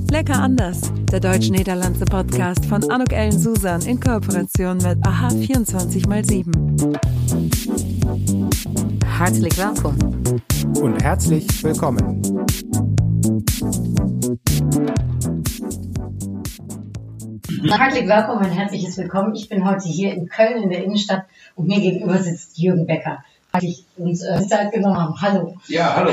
Lecker anders, der deutsch-niederlandse Podcast von Anouk Ellen Susan in Kooperation mit AHA 24x7. Herzlich willkommen. Und herzlich willkommen. Herzlich willkommen und herzliches Willkommen. Ich bin heute hier in Köln in der Innenstadt und mir gegenüber sitzt Jürgen Becker. Ich uns Zeit genommen haben. Hallo. Ja, hallo.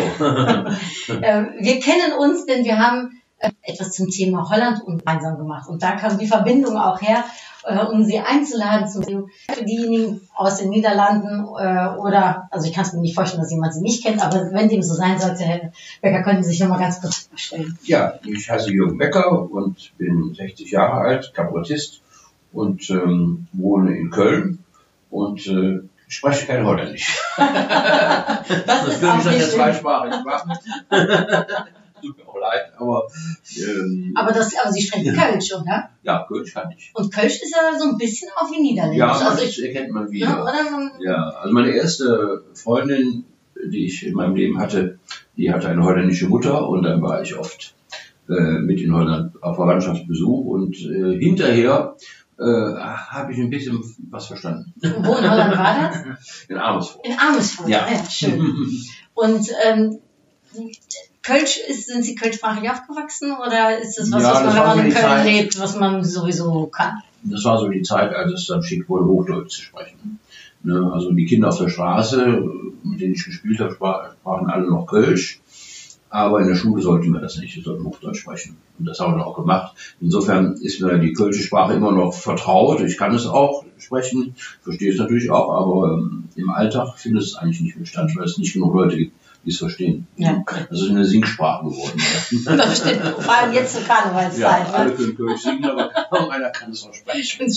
Wir kennen uns, denn wir haben etwas zum Thema Holland gemeinsam gemacht. Und da kam die Verbindung auch her, um Sie einzuladen für diejenigen aus den Niederlanden oder, also ich kann es mir nicht vorstellen, dass jemand Sie nicht kennt, aber wenn dem so sein sollte, Herr Becker, könnten Sie sich noch mal ganz kurz vorstellen. Ja, ich heiße Jürgen Becker und bin 60 Jahre alt, Kabarettist und wohne in Köln und spreche kein Holländisch. Das ist auch könnte ich nicht dann ja zweisprachig machen. Tut mir auch leid, aber... aber Sie sprechen Kölsch, oder? Ja, Kölsch kann ich. Und Kölsch ist ja so ein bisschen auch wie Niederländisch. Ja, also das erkennt man wieder. Ja, oder? Ja, also meine erste Freundin, die ich in meinem Leben hatte, die hatte eine holländische Mutter und dann war ich oft mit in Holland auf Verwandtschaftsbesuch und hinterher habe ich ein bisschen was verstanden. Wo in Holland war das? In Amersfoort. In Amersfoort, ja schön. Und Kölsch, sind Sie kölschsprachig aufgewachsen oder ist das was, Ja, was man, das wenn war man so in die Köln Zeit. lebt, was man sowieso kann? Das war so die Zeit, als es dann schick wurde, Hochdeutsch zu sprechen. Ne? Also die Kinder auf der Straße, mit denen ich gespielt habe, sprachen alle noch Kölsch. Aber in der Schule sollten wir das nicht, wir sollten Hochdeutsch sprechen. Und das haben wir auch gemacht. Insofern ist mir die kölsche Sprache immer noch vertraut. Ich kann es auch sprechen, verstehe es natürlich auch, aber im Alltag findet es eigentlich nicht mehr statt, weil es nicht genug Leute gibt, die es verstehen. Ja. Das ist eine Singsprache geworden. Das stimmt, vor allem jetzt zur Karnevalszeit. Ja, alle Ne? können Kölsch singen, aber kaum einer kann es auch sprechen.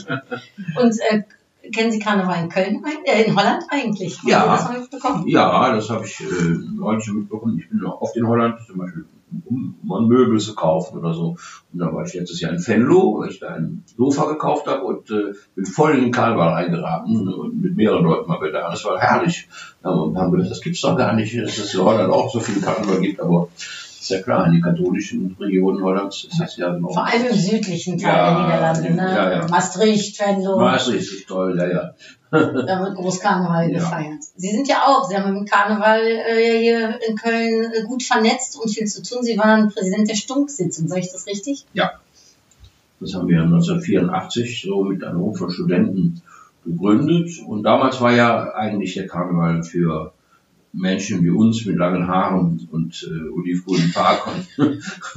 Und kennen Sie Karneval in Köln, in Holland eigentlich? Haben Ja. Sie das mal mitbekommen? Ja, das habe ich neulich schon mitbekommen. Ich bin oft in Holland, zum Beispiel um mal Möbel zu kaufen oder so. Und da war ich letztes Jahr in Venlo, weil ich da ein Sofa gekauft habe und bin voll in den Karneval reingeraten und mit mehreren Leuten mal da. Das war herrlich. Ja, und haben gedacht, das gibt's doch gar nicht, dass es in Holland auch so viel Karneval gibt, aber ist ja klar, in den katholischen Regionen Hollands ist das ja noch. Vor allem im südlichen Teil Ja, der Niederlande, ne? ja. Maastricht, Venlo. Maastricht ist toll, ja. Da wird Großkarneval Ja. gefeiert. Sie sind ja auch, Sie haben im Karneval hier in Köln gut vernetzt und viel zu tun. Sie waren Präsident der Stunk-Sitzung, sage ich das richtig? Ja, das haben wir 1984 so mit einer Gruppe von Studenten gegründet. Und damals war ja eigentlich der Karneval für Menschen wie uns mit langen Haaren und olivgrünen Park und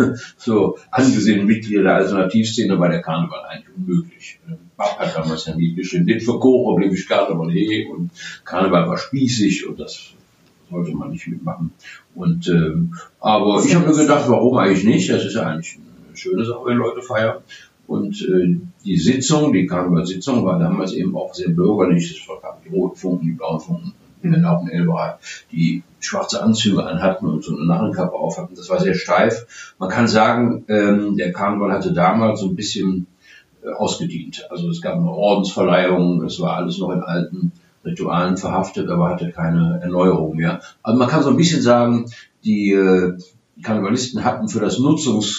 so angesehene Mitglieder der Alternativszene war der Karneval eigentlich unmöglich. Bab hat damals ein Lied geschrieben, nicht für Chore blieb ich Karneval und Karneval war spießig und das sollte man nicht mitmachen. Und aber ich habe mir gedacht, warum eigentlich nicht? Das ist ja eigentlich eine schöne Sache, wenn Leute feiern. Und die Sitzung, die Karnevalssitzung war damals eben auch sehr bürgerlich. Es gab die roten Funken, die blauen Funken, die auch in Elbereit, die schwarze Anzüge anhatten und so eine Narrenkappe auf hatten. Das war sehr steif. Man kann sagen, der Karneval hatte damals so ein bisschen ausgedient. Also es gab eine Ordensverleihung, es war alles noch in alten Ritualen verhaftet, aber hatte keine Erneuerung mehr. Also man kann so ein bisschen sagen, die Karnevalisten hatten für das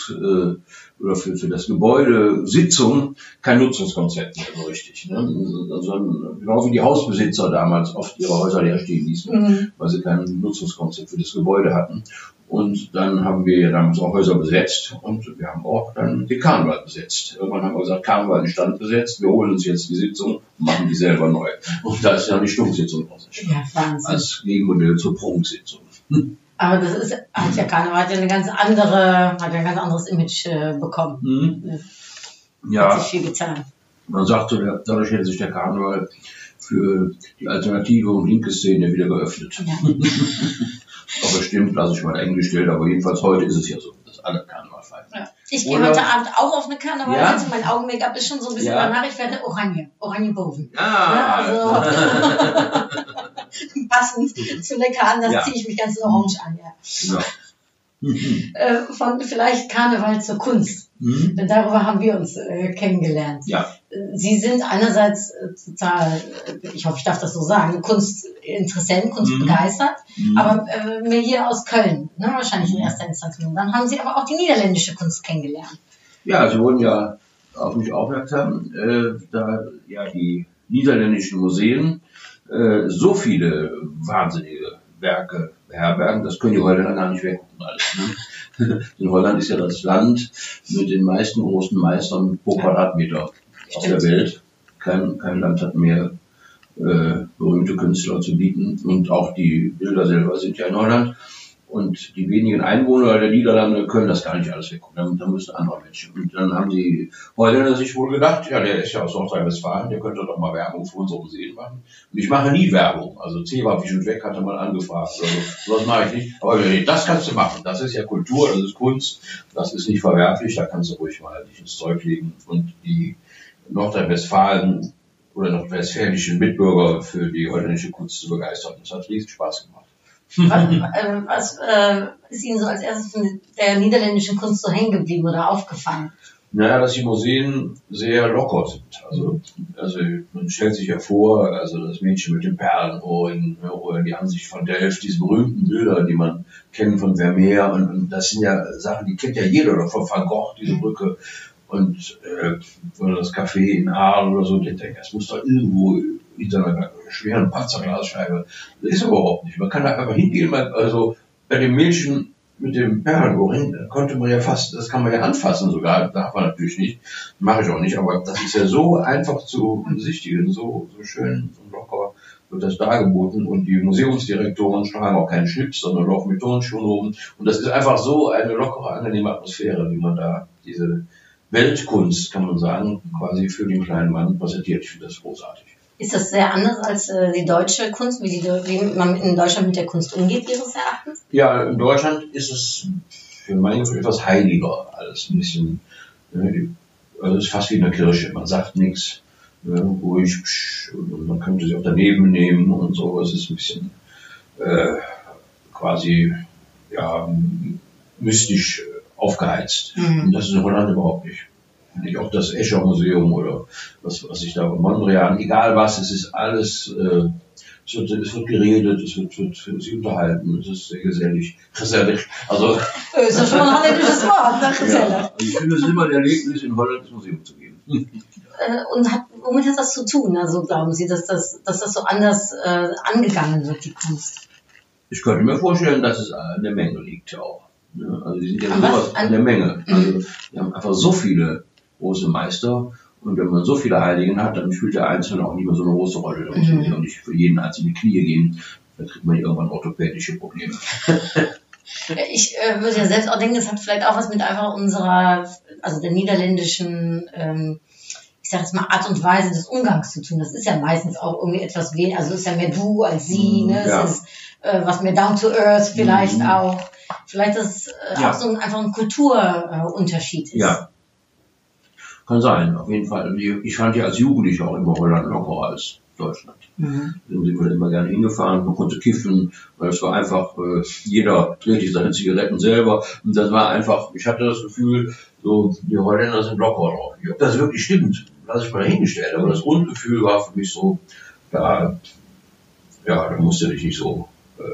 oder für das Gebäude Sitzung kein Nutzungskonzept mehr so richtig. Ne? Also, genau wie die Hausbesitzer damals oft ihre Häuser leer stehen ließen, weil sie kein Nutzungskonzept für das Gebäude hatten. Und dann haben wir ja damals auch Häuser besetzt und wir haben auch dann den Karneval besetzt. Irgendwann haben wir gesagt, Karneval in Stand besetzt, wir holen uns jetzt die Sitzung und machen die selber neu. Und da ist ja die Stunksitzung raus. Ja, Wahnsinn. Als Gegenmodell zur Prunksitzung. Aber das Karneval hat ja ein ganz anderes Image bekommen. Ja. Hat sich viel getan. Man sagte, dadurch hätte sich der Karneval für die alternative und linke Szene wieder geöffnet. Ja. Ob es stimmt, lasse ich mal dahingestellt, aber jedenfalls heute ist es ja so, dass alle Karneval feiern. Ja. Ich gehe heute Abend auch auf eine Karnevalsitzung. Mein Augen-Make-up ist schon so ein bisschen danach. Ich werde Orangenboven. Ja. Passend zu lecker anders ziehe ich mich ganz in Orange an. Ja. Von vielleicht Karneval zur Kunst. Denn darüber haben wir uns kennengelernt. Ja. Sie sind einerseits total, ich hoffe, ich darf das so sagen, Kunstinteressent, kunstbegeistert, aber mir hier aus Köln ne? Wahrscheinlich in erster Instanz. Und dann haben Sie aber auch die niederländische Kunst kennengelernt. Ja, Sie wurden ja auf mich aufmerksam, da ja die niederländischen Museen so viele wahnsinnige Werke beherbergen, das können die Holländer gar nicht weggucken alles. Ne? In Holland ist ja das Land mit den meisten großen Meistern pro Quadratmeter auf der Welt. Kein Land hat mehr berühmte Künstler zu bieten, und auch die Bilder selber sind ja in Holland. Und die wenigen Einwohner der Niederlande können das gar nicht alles weggucken. Da müssen andere Menschen. Und dann haben die Holländer sich wohl gedacht, ja, der ist ja aus Nordrhein-Westfalen, der könnte doch mal Werbung für unsere Museen machen. Und ich mache nie Werbung. Also Zewa Fisch und Weg hatte mal angefragt. Also, sowas mache ich nicht. Aber das kannst du machen. Das ist ja Kultur, das ist Kunst. Das ist nicht verwerflich. Da kannst du ruhig mal dich ins Zeug legen. Und die Nordrhein-Westfalen oder nordwestfälischen Mitbürger für die holländische Kunst zu begeistern. Das hat riesen Spaß gemacht. Was ist Ihnen so als erstes von der niederländischen Kunst so hängen geblieben oder aufgefallen? Naja, dass die Museen sehr locker sind. Also man stellt sich ja vor, also das Mädchen mit dem Perlenohrring oder die Ansicht von Delft, diese berühmten Bilder, die man kennt von Vermeer, und das sind ja Sachen, die kennt ja jeder, oder von Van Gogh, diese Brücke, und oder das Café in Aal oder so, das muss doch irgendwo in so einer schweren Panzerglasscheibe. Das ist überhaupt nicht. Man kann da einfach hingehen, also bei dem Mädchen mit dem Perlenohrring konnte man ja fast, das kann man ja anfassen sogar, darf man natürlich nicht, mache ich auch nicht, aber das ist ja so einfach zu besichtigen, so schön und locker wird das dargeboten, und die Museumsdirektoren tragen auch keinen Schlips, sondern laufen mit Turnschuhen rum, und das ist einfach so eine lockere, angenehme Atmosphäre, wie man da diese Weltkunst, kann man sagen, quasi für den kleinen Mann präsentiert. Ich finde das großartig. Ist das sehr anders als die deutsche Kunst, wie man in Deutschland mit der Kunst umgeht, Ihres Erachtens? Ja, in Deutschland ist es für mein Gefühl etwas heiliger, alles ein bisschen, also es ist fast wie in der Kirche, man sagt nichts, ruhig, und man könnte sich auch daneben nehmen und so, es ist ein bisschen quasi, ja, mystisch aufgeheizt. Und das ist in Holland überhaupt nicht. Nicht auch das Escher Museum oder was ich da in Mondrian, egal was, es ist alles, es wird geredet, es wird sich unterhalten, es ist sehr gesellig. Gesellig. Also, ist ja schon ein holländisches Wort, ne? Gesellig. Ja, ich finde es immer ein Erlebnis, in Holland ins Museum zu gehen. Und womit hat das zu tun? Also glauben Sie, dass das so anders angegangen wird, die Kunst? Ich könnte mir vorstellen, dass es an der Menge liegt auch. Ja, also die sind ja sowas an der Menge. Also wir haben einfach so viele große Meister, und wenn man so viele Heiligen hat, dann spielt der Einzelne auch nicht mehr so eine große Rolle. Da muss man sich auch nicht für jeden Einzelnen in die Knie gehen, dann kriegt man irgendwann orthopädische Probleme. Ich würde ja selbst auch denken, das hat vielleicht auch was mit einfach unserer, also der niederländischen, ich sag jetzt mal, Art und Weise des Umgangs zu tun. Das ist ja meistens auch irgendwie etwas weniger, also es ist ja mehr du als sie, ne? Ja. Es ist was mehr down to earth vielleicht auch. Vielleicht, dass auch so einfach ein Kulturunterschied ist. Ja. Kann sein, auf jeden Fall. Ich fand ja als Jugendlicher auch immer Holland lockerer als Deutschland. Da sind wir immer gerne hingefahren, man konnte kiffen, weil es war einfach, jeder drehte seine Zigaretten selber, und das war einfach, ich hatte das Gefühl, so, die Holländer sind locker drauf. Ob das wirklich stimmt, lasse ich mal dahingestellt, aber das Grundgefühl war für mich so, da musst du dich nicht so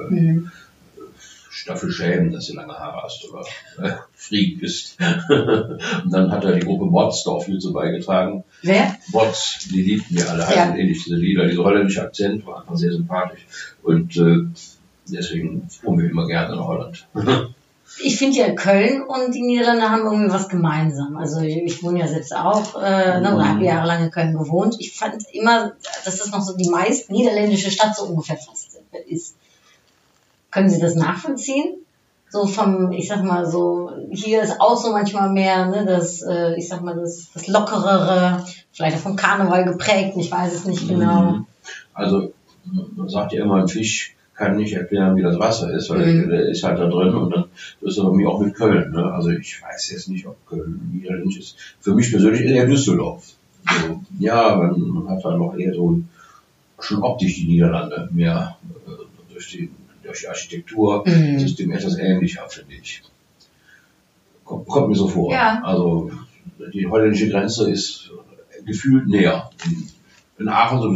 dafür schämen, dass du lange Haare hast oder Freak bist. Und dann hat die Gruppe Bots da auch viel zu beigetragen. Wer? Bots, die liebten ja alle, heißen ähnlich diese Lieder. Dieser holländische Akzent war einfach sehr sympathisch. Und deswegen fuhren wir immer gerne nach Holland. Ich finde ja, Köln und die Niederlande haben irgendwie was gemeinsam. Also ich wohne ja selbst auch, habe jahrelang in Köln gewohnt. Ich fand immer, dass das noch so die meist niederländische Stadt so ungefähr fast ist. Können Sie das nachvollziehen? So ich sag mal so, hier ist auch so manchmal mehr, ne, das Lockerere, vielleicht auch vom Karneval geprägt, ich weiß es nicht genau. Also, man sagt ja immer, ein Fisch kann nicht erklären, wie das Wasser ist, weil der ist halt da drin, und dann ist er bei mir auch mit Köln, ne? Also ich weiß jetzt nicht, ob Köln niederländisch ist. Für mich persönlich ist eher Düsseldorf. So, ja, man hat da noch eher so schon optisch die Niederlande mehr durch die Architektur, es ist dem etwas ähnlicher, finde ich. Kommt mir so vor. Ja. Also die holländische Grenze ist gefühlt näher. In Aachen sowieso.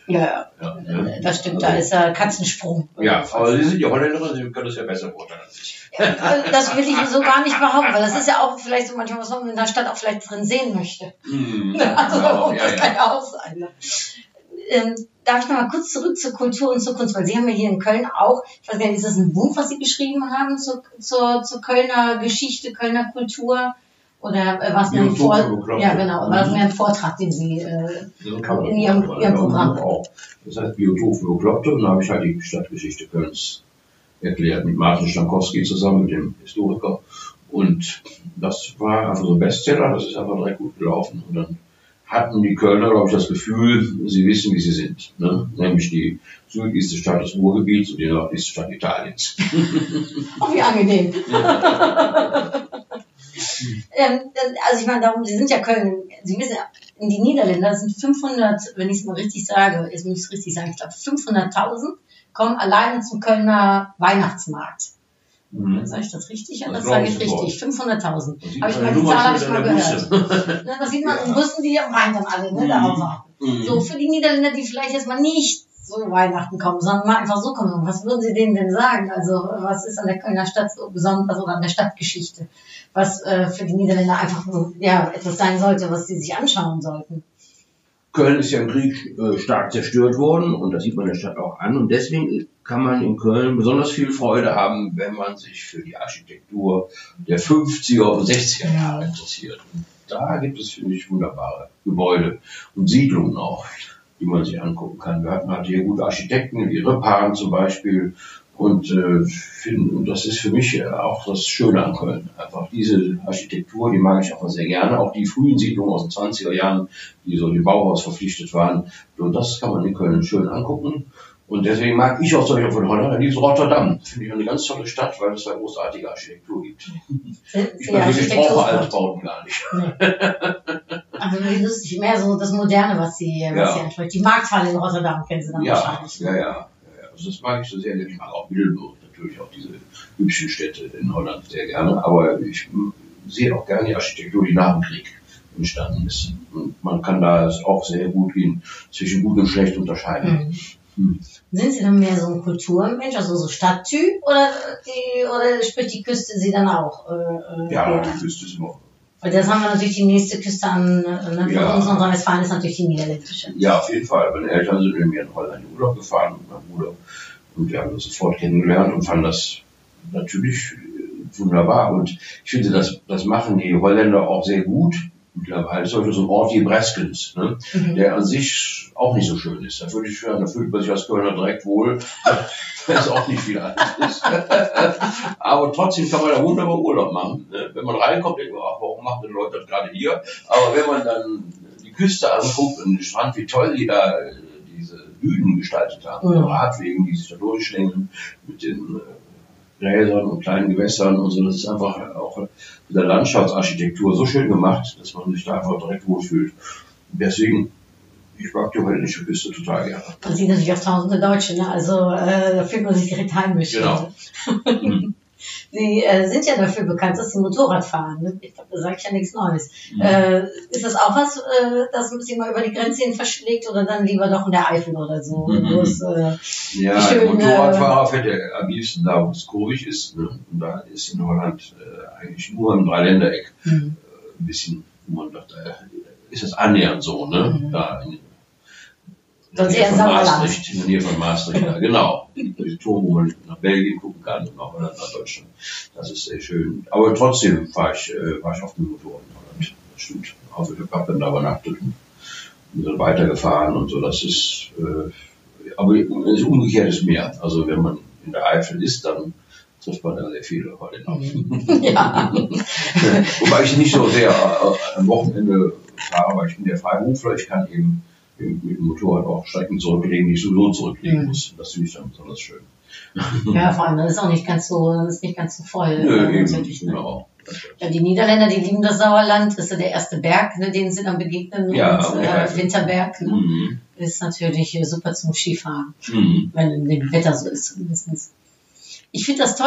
Ja, das stimmt, da ist er Katzensprung. Ja, aber Sie sind ja Holländerin, Sie können das ja besser beurteilen als ich. Ja, das will ich so gar nicht behaupten, weil das ist ja auch vielleicht so manchmal, was man in der Stadt auch vielleicht drin sehen möchte. Also das kann ja auch sein. Ne? Darf ich noch mal kurz zurück zur Kultur und zur Kunst, weil Sie haben ja hier in Köln auch, ich weiß gar nicht, ist das ein Buch, was Sie geschrieben haben zur Kölner Geschichte, Kölner Kultur? Oder war es mehr ein Vortrag? Ja, genau, war es mehr ein Vortrag, den Sie in Ihrem Programm auch. Das heißt Biotop für Bekloppte, und da habe ich halt die Stadtgeschichte Kölns erklärt mit Martin Stankowski zusammen, mit dem Historiker. Und das war einfach so ein Bestseller, das ist einfach direkt gut gelaufen. Und dann hatten die Kölner, glaube ich, das Gefühl, sie wissen, wie sie sind. Ne? Nämlich die südlichste Stadt des Ruhrgebiets und die nördlichste Stadt Italiens. Oh, wie angenehm. Also ich meine, darum, Sie sind ja Köln, Sie wissen, in die Niederländer sind 500, wenn ich es mal richtig sage, jetzt muss ich es richtig sagen, ich glaube 500.000 kommen alleine zum Kölner Weihnachtsmarkt. Sage ich das richtig? Ja, das sage ich richtig. 500.000. Die Zahl habe ich mal gehört. Das sieht man in Bussen, die am Rhein dann alle darauf warten. So, für die Niederländer, die vielleicht erstmal nicht so Weihnachten kommen, sondern mal einfach so kommen. Was würden Sie denen denn sagen? Also, was ist an der Kölner Stadt so besonders oder an der Stadtgeschichte, was für die Niederländer einfach etwas sein sollte, was sie sich anschauen sollten? Köln ist ja im Krieg stark zerstört worden und das sieht man der Stadt auch an. Und deswegen kann man in Köln besonders viel Freude haben, wenn man sich für die Architektur der 50er und 60er Jahre interessiert. Und da gibt es, finde ich, wunderbare Gebäude und Siedlungen auch, die man sich angucken kann. Wir hatten halt hier gute Architekten, wie Rippan zum Beispiel. Und das ist für mich auch das Schöne an Köln. Einfach diese Architektur, die mag ich auch sehr gerne. Auch die frühen Siedlungen aus den 20er Jahren, die so dem Bauhaus verpflichtet waren. Und das kann man in Köln schön angucken. Und deswegen mag ich auch solche von Holland, die ist Rotterdam. Finde ich eine ganz tolle Stadt, weil es da großartige Architektur gibt. Ich brauche Altbauten gar nicht. Also lustig, mehr so das Moderne, was Sie ansprechen. Die Markthalle in Rotterdam kennen Sie dann wahrscheinlich. Ja. Also das mag ich so sehr. Ich mag auch Middelburg, natürlich auch diese hübschen Städte in Holland sehr gerne. Aber ich sehe auch gerne die Architektur, die nach dem Krieg entstanden ist. Und man kann da auch sehr gut zwischen gut und schlecht unterscheiden. Sind Sie dann mehr so ein Kulturmensch, also so Stadttyp, oder spricht die Küste Sie dann auch? Die Küste ist immer. Weil das haben wir natürlich die nächste Küste an für uns Nordrhein-Westfalen ist natürlich die niederländische. Ja, auf jeden Fall. Meine Eltern sind mit mir in Holland in Urlaub gefahren mit meinem Bruder. Und wir haben uns sofort kennengelernt und fanden das natürlich wunderbar. Und ich finde, das machen die Holländer auch sehr gut. Mittlerweile ist heute so ein Ort wie Breskens, ne? Der an sich auch nicht so schön ist. Da fühlt man sich als Kölner direkt wohl, wenn es auch nicht viel anders ist. Aber trotzdem kann man da wunderbar Urlaub machen. Ne? Wenn man reinkommt, denkt man, warum machen die Leute das gerade hier? Aber wenn man dann die Küste anguckt und den Strand, wie toll die da diese Dünen gestaltet haben, Radwegen, die sich da durchschlängeln mit den Gräsern und kleinen Gewässern und so. Das ist einfach auch mit der Landschaftsarchitektur so schön gemacht, dass man sich da einfach direkt wohlfühlt. Deswegen, ich mag die holländische Küste total gerne. Man sieht natürlich auch tausende Deutsche, ne? Also da fühlt man sich direkt heimisch. Genau. Sie sind ja dafür bekannt, dass Sie Motorrad fahren. Ne? Ich glaube, da sage ich ja nichts Neues. Ist das auch was, das Sie mal über die Grenze hin verschlägt oder dann lieber doch in der Eifel oder so? Der Motorradfahrer fährt ja am liebsten da, wo es kurvig ist. Ne? Und da ist in Holland eigentlich nur im Dreiländereck ein bisschen, wo man sagt, ist das annähernd so, ne? Da in der Nähe von Maastricht, ja, genau. Die Turm, wo man nach Belgien gucken kann und auch nach Deutschland. Das ist sehr schön. Aber trotzdem war ich auf dem Motorrad in Holland. Das stimmt. Auch ich habe dann da übernachtet und dann weitergefahren und so. Das ist, aber es ist umgekehrtes Meer. Also wenn man in der Eifel ist, dann trifft man da sehr viele Holländer. Ja. Wobei ich nicht so sehr am Wochenende fahre, weil ich bin der Freiberufler. Ich kann eben mit dem Motorrad auch Strecken zurücklegen, die ich sowieso zurücklegen muss. Das finde ich dann besonders schön. Ja, vor allem, das ist auch nicht ganz so voll. Genau. Ja, die Niederländer, die lieben das Sauerland. Das ist ja der erste Berg, ne, den sie dann begegnen. Ja, und Winterberg, ne, ist natürlich super zum Skifahren, wenn das Wetter so ist zumindest. Ich finde das toll,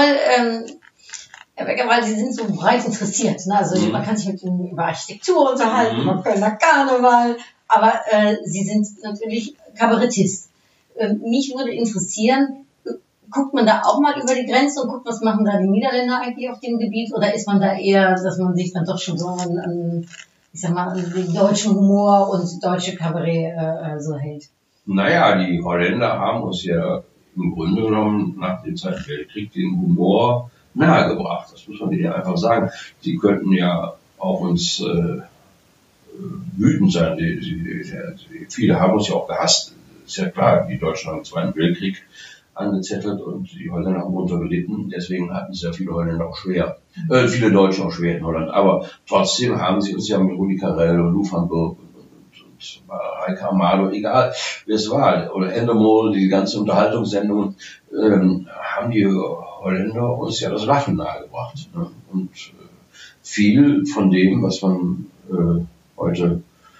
Herr Becker, weil Sie sind so breit interessiert. Ne? Also man kann sich mit Ihnen über Architektur unterhalten, über Kölner Karneval, Aber Sie sind natürlich Kabarettist. Mich würde interessieren, guckt man da auch mal über die Grenze und guckt, was machen da die Niederländer eigentlich auf dem Gebiet? Oder ist man da eher, dass man sich dann doch schon so an den deutschen Humor und deutsche Kabarett so hält? Naja, die Holländer haben uns ja im Grunde genommen nach dem Zweiten Weltkrieg den Humor nahegebracht. Das muss man denen einfach sagen. Sie könnten ja auch uns wütend sein. Viele haben uns ja auch gehasst. Ist ja klar, die Deutschen haben den Zweiten Weltkrieg angezettelt und die Holländer haben darunter gelitten. Deswegen hatten es ja viele Holländer auch schwer. Viele Deutsche auch schwer in Holland. Aber trotzdem haben sie uns ja mit Rudi Carrell und Lou van Burg und Heike Amado, egal wer es war, oder Endemol, die ganze Unterhaltungssendungen, haben die Holländer uns ja das Lachen nahegebracht. Ne? Und viel von dem, was man heute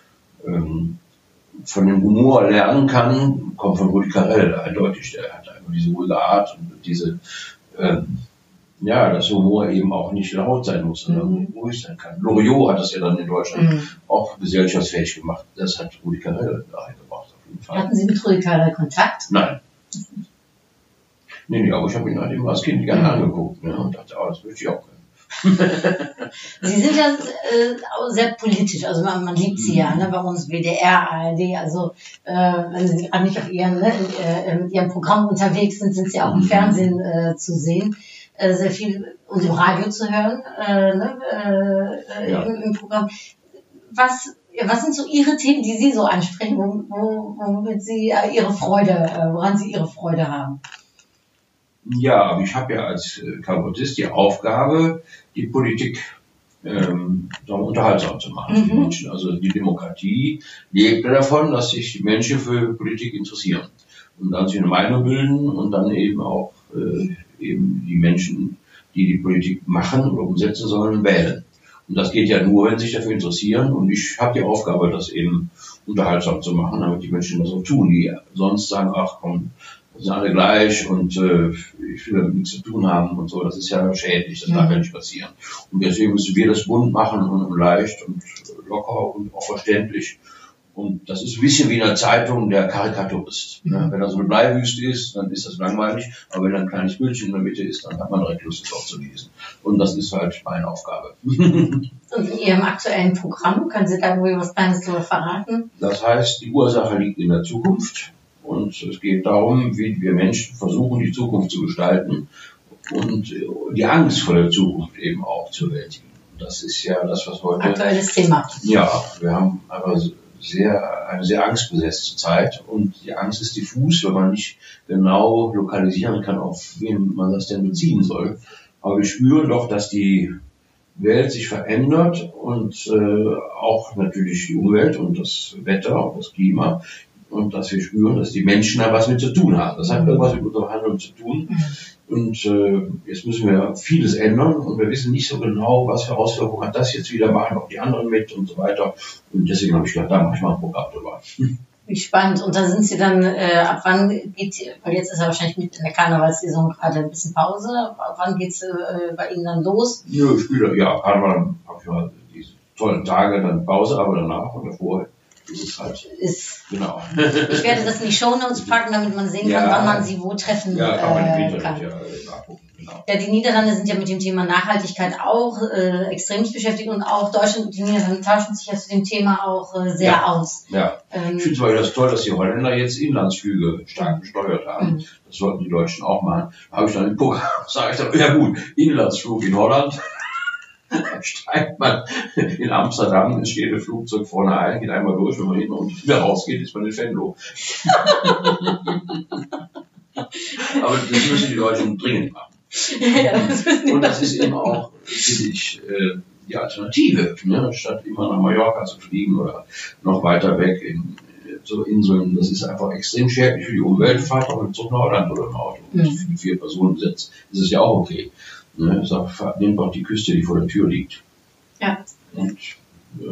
von dem Humor lernen kann, kommt von Rudi Carrell eindeutig. Der hat einfach diese ruhige Art und diese, dass Humor eben auch nicht laut sein muss, sondern ruhig sein kann. Loriot hat das ja dann in Deutschland auch gesellschaftsfähig gemacht. Das hat Rudi Carrell eingebracht, auf jeden Fall. Hatten Sie mit Rudi Carrell Kontakt? Nein. Nee, aber ich habe ihn halt immer als Kind gerne angeguckt, ne, und dachte, das möchte ich auch können. Sie sind ja auch sehr politisch, also man liebt Sie ja, ne, bei uns WDR, ARD, also wenn Sie gerade nicht auf Ihrem Programm unterwegs sind, sind Sie auch im Fernsehen zu sehen, sehr viel und im Radio zu hören, im Programm. Was sind so Ihre Themen, die Sie so ansprechen, womit Sie woran Sie Ihre Freude haben? Ja, aber ich habe ja als Kabarettist die Aufgabe, die Politik unterhaltsam zu machen für die Menschen. Also die Demokratie lebt davon, dass sich die Menschen für Politik interessieren und dann sich eine Meinung bilden und dann eben auch eben die Menschen, die die Politik machen oder umsetzen sollen, wählen. Und das geht ja nur, wenn sie sich dafür interessieren. Und ich habe die Aufgabe, das eben unterhaltsam zu machen, damit die Menschen das auch tun, die sonst sagen, ach komm, sind alle gleich und ich will damit nichts zu tun haben und so. Das ist ja schädlich, das darf ja nicht passieren. Und deswegen müssen wir das bunt machen und leicht und locker und auch verständlich. Und das ist ein bisschen wie in einer Zeitung der Karikaturist. Ja, wenn da so eine Bleiwüste ist, dann ist das langweilig. Aber wenn da ein kleines Bildchen in der Mitte ist, dann hat man direkt Lust, es auch zu lesen. Und das ist halt meine Aufgabe. Und in Ihrem aktuellen Programm, können Sie da irgendwie was Kleines darüber verraten? Das heißt, die Ursache liegt in der Zukunft. Und es geht darum, wie wir Menschen versuchen, die Zukunft zu gestalten und die Angst vor der Zukunft eben auch zu bewältigen. Das ist ja das, was heute... Aktuelles Thema. Ja, wir haben aber eine sehr angstbesetzte Zeit und die Angst ist diffus, wenn man nicht genau lokalisieren kann, auf wen man das denn beziehen soll. Aber wir spüren doch, dass die Welt sich verändert und auch natürlich die Umwelt und das Wetter und das Klima. Und dass wir spüren, dass die Menschen da was mit zu tun haben. Das hat irgendwas mit unserem Handeln zu tun. Und jetzt müssen wir vieles ändern und wir wissen nicht so genau, was für Auswirkungen hat das jetzt wieder, machen auch die anderen mit und so weiter. Und deswegen habe ich gedacht, da mache ich mal ein Programm drüber. Wie spannend. Und da sind Sie dann, ab wann weil jetzt ist ja wahrscheinlich mit in der Karnevalssaison gerade ein bisschen Pause, ab wann geht's bei Ihnen dann los? Karneval habe ich mal diese tollen Tage, dann Pause, aber danach und davor genau. Ich werde das in die Shownotes packen, damit man sehen kann, wann man sie wo treffen kann. Kann man im Internet nachgucken. Genau. Ja, die Niederlande sind ja mit dem Thema Nachhaltigkeit auch extremst beschäftigt und auch Deutschland und die Niederlande tauschen sich ja zu dem Thema auch sehr aus. Ja. Ich finde zum Beispiel das toll, dass die Holländer jetzt Inlandsflüge stark besteuert haben. Das sollten die Deutschen auch machen. Da habe ich dann im Programm, sage ich dann, ja gut, Inlandsflug in Holland. Da steigt man in Amsterdam, es steht ein Flugzeug vorne ein, geht einmal durch, wenn man hinten und wieder rausgeht, ist man in Venlo. Aber das müssen die Deutschen dringend machen. Und das ist eben auch, finde ich, die Alternative, ne? Statt immer nach Mallorca zu fliegen oder noch weiter weg in so Inseln. Das ist einfach extrem schädlich für die Umwelt. Fahrt auch mit Zug nach Holland oder im Auto. Und für 4 Personen sitzt, ist es ja auch okay. Ne, nimmt auch die Küste, die vor der Tür liegt. Ja. Und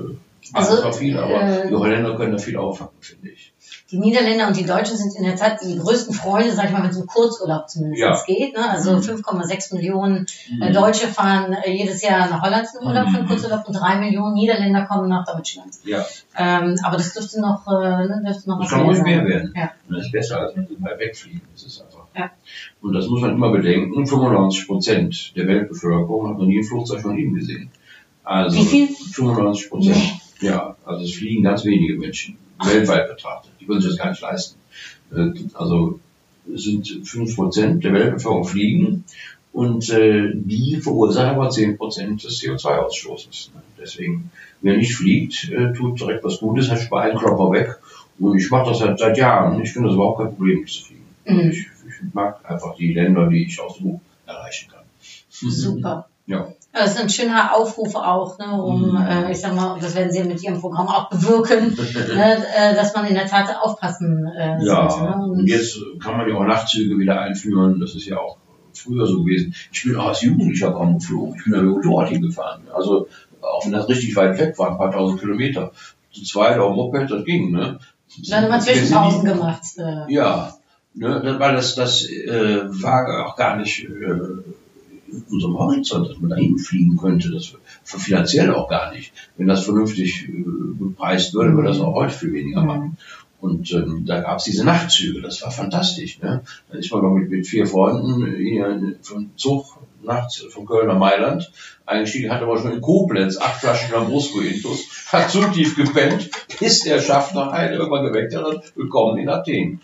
Also zwar viel, aber die Holländer können da viel auffangen, finde ich. Die Niederländer und die Deutschen sind in der Tat die größten Freunde, sag ich mal, wenn es um Kurzurlaub zumindest geht. Ne? Also 5,6 Millionen Deutsche fahren jedes Jahr nach Holland in Urlaub für einen Kurzurlaub und 3 Millionen Niederländer kommen nach Deutschland. Ja. Aber das dürfte noch das kann ruhig mehr werden. Ja. Das ist besser, als wenn sie mal wegfliegen. Das ist einfach. Ja. Und das muss man immer bedenken. 95% der Weltbevölkerung hat noch nie ein Flugzeug von ihnen gesehen. Also wie viel? 95%. Nee. Ja, also es fliegen ganz wenige Menschen, weltweit betrachtet. Die können sich das gar nicht leisten. Also es sind 5% der Weltbevölkerung fliegen und die verursachen aber 10% des CO2-Ausstoßes. Deswegen, wer nicht fliegt, tut direkt was Gutes, hat Speisenklopper weg. Und ich mache das seit Jahren. Ich finde das überhaupt kein Problem, nicht zu fliegen. Ich mag einfach die Länder, die ich aus dem Buch erreichen kann. Super. Ja. Das ist ein schöner Aufruf auch, ne, ich sag mal, das werden Sie mit Ihrem Programm auch bewirken, ne, dass man in der Tat aufpassen sollte. Ja, und jetzt kann man ja auch Nachtzüge wieder einführen, das ist ja auch früher so gewesen. Ich bin auch als Jugendlicher kaum geflogen, ich bin da mit dorthin gefahren. Also, auch wenn das richtig weit weg war, ein paar tausend Kilometer, zu zweit auf dem Moped, das ging, ne. Dann haben wir Zwischenpausen gemacht. Ja, ne, weil das war auch gar nicht in unserem Horizont, dass man da hinfliegen könnte, das finanziell auch gar nicht. Wenn das vernünftig bepreist würde, würde das auch heute viel weniger machen. Und da gab es diese Nachtzüge, das war fantastisch. Ne? Da ist man noch mit 4 Freunden hier vom Zug nachts von Köln nach Mailand eingestiegen, hat aber schon in Koblenz 8 Flaschen Lambrusco intus, hat so tief gepennt, bis der Schaffner einen irgendwann geweckt hat und willkommen in Athen.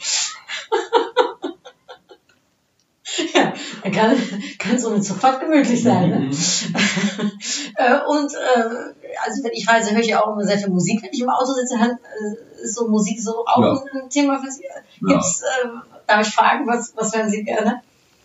Ja, kann so eine Zugfahrt gemütlich sein. Ne? Und also wenn ich reise, höre ich auch immer sehr viel Musik. Wenn ich im Auto sitze, ist so Musik so auch ein Thema für Sie. Gibt's, darf ich fragen, was hören Sie gerne?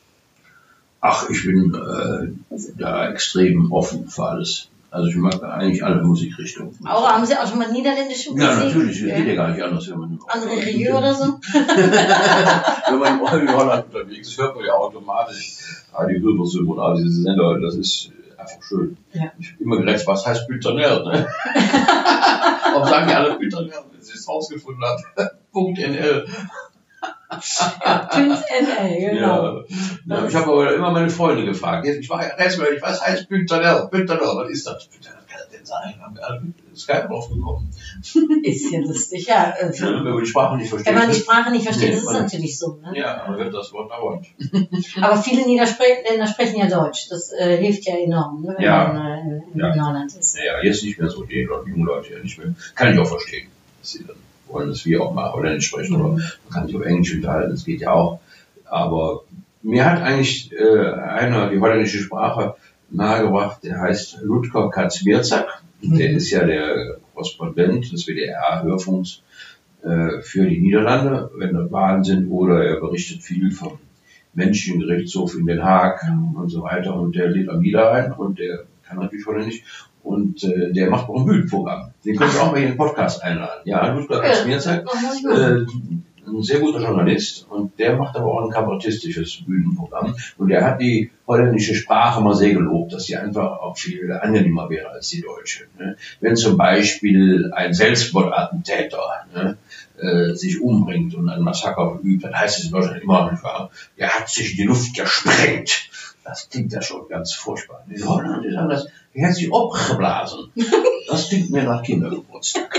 Ach, ich bin da extrem offen für alles. Also ich mag eigentlich alle Musikrichtungen. Aber haben Sie auch schon mal niederländische Musik? Ja, natürlich, das geht ja gar nicht anders. Andere Rieu oder so? Wenn man in Holland unterwegs ist, hört man ja automatisch die Rübersymbolen, also diese Sender, das ist einfach schön. Ja. Ich habe immer gedacht, was heißt Büternell, ne? Warum sagen die alle Büternell, wenn sie es rausgefunden hat? .nl. Ja, .nl, genau. Ja, ich habe aber immer meine Freunde gefragt. Ich war ja rätselhaftig, was heißt Büternell? Büternell, was ist das? Büternell kann das denn sein? Haben wir alle Skype draufgekommen. Ist ja lustig, ja. Wenn man die Sprache nicht versteht. Wenn man die Sprache nicht versteht, ist es natürlich so. Ne? Ja, man wird das Wort dauernd. Aber viele Länder sprechen ja Deutsch. Das hilft ja enorm, ne, wenn man in Holland ist. Ja, jetzt nicht mehr so, die jungen Leute ja nicht mehr. Kann ich auch verstehen, dass sie dann wollen, dass wir auch mal Holländisch sprechen, oder man kann sich auf Englisch unterhalten, das geht ja auch. Aber mir hat eigentlich einer die holländische Sprache nahegebracht, der heißt Ludger Kaczmierzak. Der ist ja der Korrespondent des WDR-Hörfunks für die Niederlande, wenn dort Wahlen sind, oder er berichtet viel vom Menschengerichtshof in Den Haag und so weiter. Und der lädt am Lieder ein und der kann natürlich Holländisch. Und der macht auch ein Bühnenprogramm. Den könnt ihr auch mal in den Podcast einladen. Ja, Ludger Kaczmierzak, ein sehr guter Journalist, und der macht aber auch ein kabarettistisches Bühnenprogramm. Und der hat die holländische Sprache mal sehr gelobt, dass sie einfach auch viel angenehmer wäre als die deutsche. Ne? Wenn zum Beispiel ein Selbstmordattentäter sich umbringt und ein Massaker verübt, dann heißt es in Deutschland immer, der hat sich in die Luft gesprengt. Das klingt ja schon ganz furchtbar. In Holland sagen das, er hat sich abgeblasen. Das klingt mir nach Kindergeburtstag.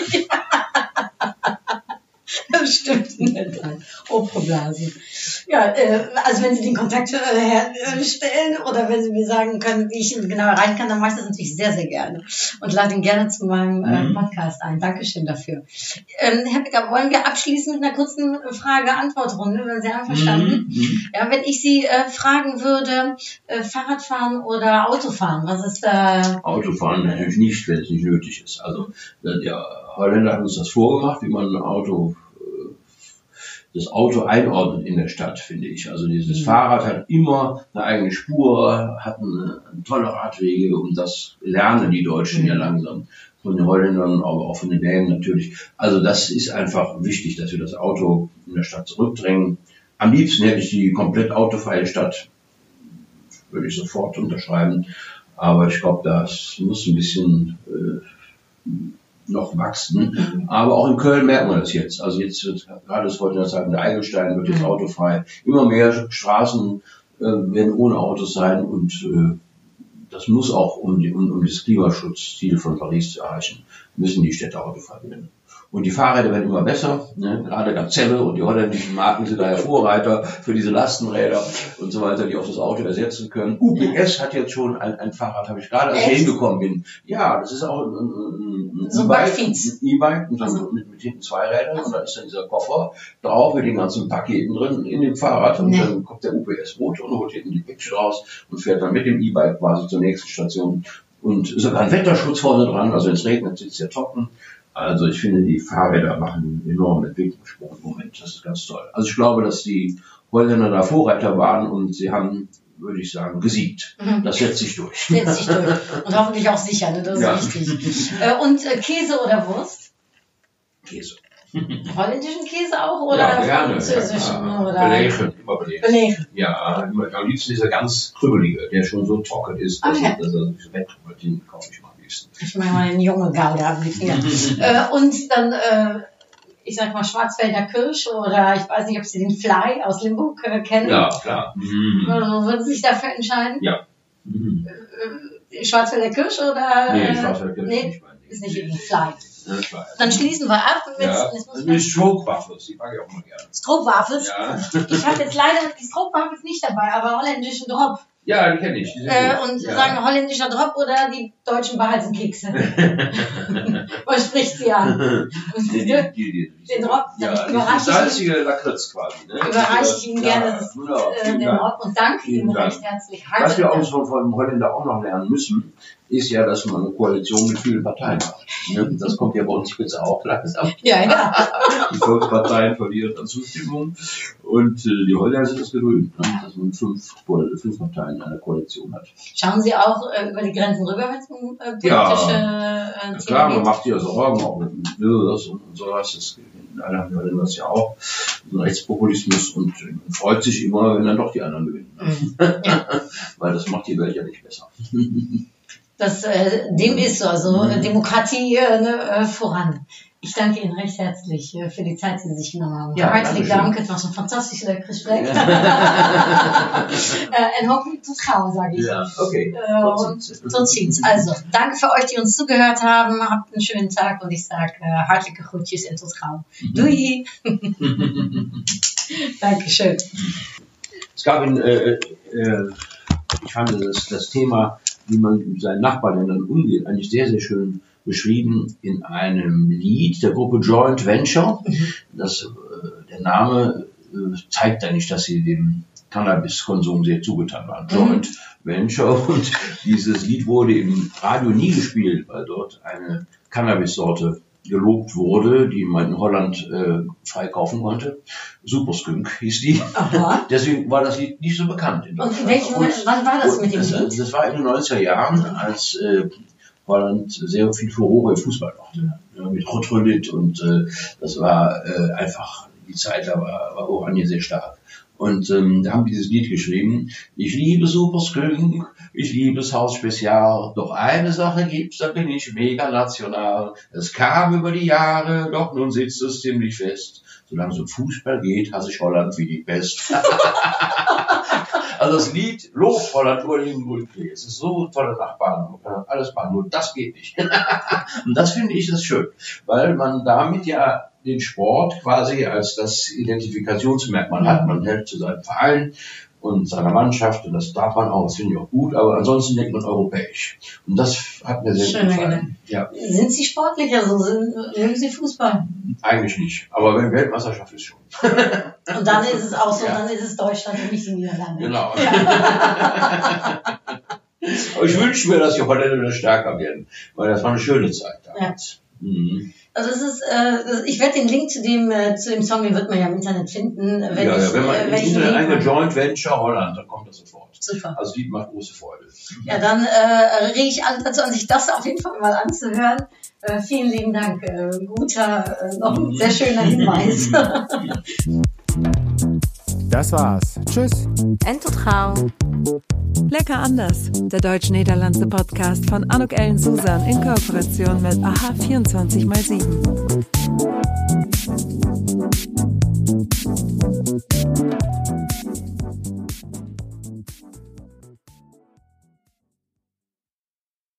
Das stimmt nicht. Operblasen. Ja, also wenn Sie den Kontakt herstellen oder wenn Sie mir sagen können, wie ich ihn genau erreichen kann, dann mache ich das natürlich sehr, sehr gerne und lade ihn gerne zu meinem Podcast ein. Dankeschön dafür. Herr Becker, wollen wir abschließen mit einer kurzen Frage-Antwort-Runde, wenn Sie einverstanden? Ja, wenn ich Sie fragen würde, Fahrradfahren oder Autofahren, was ist da? Autofahren natürlich nicht, wenn es nicht nötig ist. Also der Holländer hat uns das vorgemacht, wie man das Auto einordnet in der Stadt, finde ich. Also dieses Fahrrad hat immer eine eigene Spur, hat eine tolle Radwege, und das lernen die Deutschen ja langsam. Von den Holländern, aber auch von den Dänen natürlich. Also das ist einfach wichtig, dass wir das Auto in der Stadt zurückdrängen. Am liebsten hätte ich die komplett autofreie Stadt, würde ich sofort unterschreiben. Aber ich glaube, das muss ein bisschen noch wachsen. Aber auch in Köln merkt man das jetzt. Also jetzt wird gerade das heute in der Zeit in der Eigelstein wird jetzt autofrei. Immer mehr Straßen werden ohne Autos sein und das muss auch, um das Klimaschutzziel von Paris zu erreichen, müssen die Städte autofrei werden. Und die Fahrräder werden immer besser, ne? Gerade Gazelle und die holländischen Marken sind daher Vorreiter für diese Lastenräder und so weiter, die auch das Auto ersetzen können. UPS hat jetzt schon ein Fahrrad, habe ich gerade, als ich hingekommen bin. Ja, das ist auch ein E-Bike mit hinten 2 Rädern und da ist dann dieser Koffer drauf mit den ganzen Paketen drin in dem Fahrrad und dann kommt der UPS-Motor und holt hinten die Päckchen raus und fährt dann mit dem E-Bike quasi zur nächsten Station und sogar ein Wetterschutz vorne dran, also wenn es regnet, sitzt ja trocken. Also ich finde, die Fahrräder machen einen enormen Entwicklungssprung im Moment. Das ist ganz toll. Also ich glaube, dass die Holländer da Vorreiter waren und sie haben, würde ich sagen, gesiegt. Das setzt sich durch. Setzt sich durch. Und hoffentlich auch sicher, ne? Das ist wichtig. Und Käse oder Wurst? Käse. Holländischen Käse auch oder französischen? Ja. Oder? Belegen, immer belegen. Ja, am liebsten dieser ganz krübbelige, der schon so trocken ist, dass er sich wegkrümmelt, den kaufe ich mal am liebsten. Ich meine mal den junge Gouda am liebsten. Und dann, ich sag mal, Schwarzwälder Kirsch oder ich weiß nicht, ob Sie den Fly aus Limburg kennen. Ja, klar. Würden Sie sich dafür entscheiden? Ja. Schwarzwälder Kirsch oder? Nee, Schwarzwälder Kirsch nee, ist nicht irgendwie Fly. Dann schließen wir ab mit Stroopwafels, die mag ich auch mal gerne. Stroopwafels? Ja. Ich habe jetzt leider die Stroopwafels nicht dabei, aber holländischen Drop. Ja, die kenne ich. Die sagen holländischer Drop oder die deutschen Behalsenkekse? Was spricht sie an? Den Drop, dann überreiche ich salzige Lakritz quasi. Ne? Überreiche ich Ihnen gerne den Drop und danke Ihnen recht herzlich. Was wir auch von dem Holländer auch noch lernen müssen, ist ja, dass man eine Koalition mit vielen Parteien macht. Das kommt ja bei uns jetzt auch langsam. Ja. Die Volksparteien verlieren an Zustimmung und die Holländer sind das gewöhnt, dass man 5 Parteien in einer Koalition hat. Schauen Sie auch über die Grenzen rüber, wenn es um politische Themen geht? Klar, man macht sich ja Sorgen, auch mit Wilders und sowas. Das alle haben Holländer das ja auch. Rechtspopulismus und man freut sich immer, wenn dann doch die anderen gewinnen. Weil das macht die Welt ja nicht besser. Dem ist so, also Demokratie voran. Ich danke Ihnen recht herzlich für die Zeit, die Sie sich genommen haben. Ja, hartelijk dank, het was een fantastisch leuk gesprek. En hopelijk tot gauw, sage ich. Ja, okay. Tot ziens. Also, danke für euch, die uns zugehört haben. Habt einen schönen Tag und ich sage hartelijke groetjes en tot gauw. Doei! Dankeschön. Es gab ich fand das Thema, wie man mit seinen Nachbarländern umgeht, eigentlich sehr, sehr schön beschrieben in einem Lied der Gruppe Joint Venture. Der Name zeigt eigentlich, dass sie dem Cannabiskonsum sehr zugetan waren. Joint Venture. Und dieses Lied wurde im Radio nie gespielt, weil dort eine Cannabissorte gelobt wurde, die man in Holland frei kaufen konnte. Superskunk hieß die. Aha. Deswegen war das Lied nicht so bekannt. In Deutschland. Und wann war das mit dem Lied? Das war in den 90er Jahren, als Holland sehr viel Furore im Fußball machte. Ja, mit Rotrelit und das war einfach, die Zeit, da war Oranje sehr stark. Und da haben die dieses Lied geschrieben: Ich liebe Superskunk, ich liebe das Haus Spezial, doch eine Sache gibt's, da bin ich mega national. Es kam über die Jahre, doch nun sitzt es ziemlich fest. Solange es um Fußball geht, hasse ich Holland wie die Pest. Also das Lied lobt Holland nur den Mulklee. Es ist so tolle Nachbarn, man kann alles machen, nur das geht nicht. Und das finde ich das schön, weil man damit ja den Sport quasi als das Identifikationsmerkmal hat. Man hält zu seinem Verein und seiner Mannschaft und das darf man auch, das finde ich auch gut, aber ansonsten denkt man europäisch. Und das hat mir sehr gut gefallen. Ja. Sind Sie sportlich? Also mögen Sie Fußball? Eigentlich nicht, aber wenn Weltmeisterschaft ist schon. Und dann ist es auch so, dann ist es Deutschland und nicht die Niederlande. Genau. Ja. Aber ich wünsche mir, dass die Holländer wieder stärker werden, weil das war eine schöne Zeit damals. Ja. Also es ist, ich werde den Link zu dem Song, den wird man ja im Internet finden. Wenn man im Internet eine Joint Venture Holland, dann kommt das sofort. Super. Also die macht große Freude. Ja, dann rege ich alle dazu an, sich das auf jeden Fall mal anzuhören. Vielen lieben Dank. Guter, noch ein sehr schöner Hinweis. Das Das war's. Tschüss. En tot gauw. Lecker anders. Der deutsch-niederlandse Podcast von Anouk Ellen Susan in Kooperation mit AHA 24x7.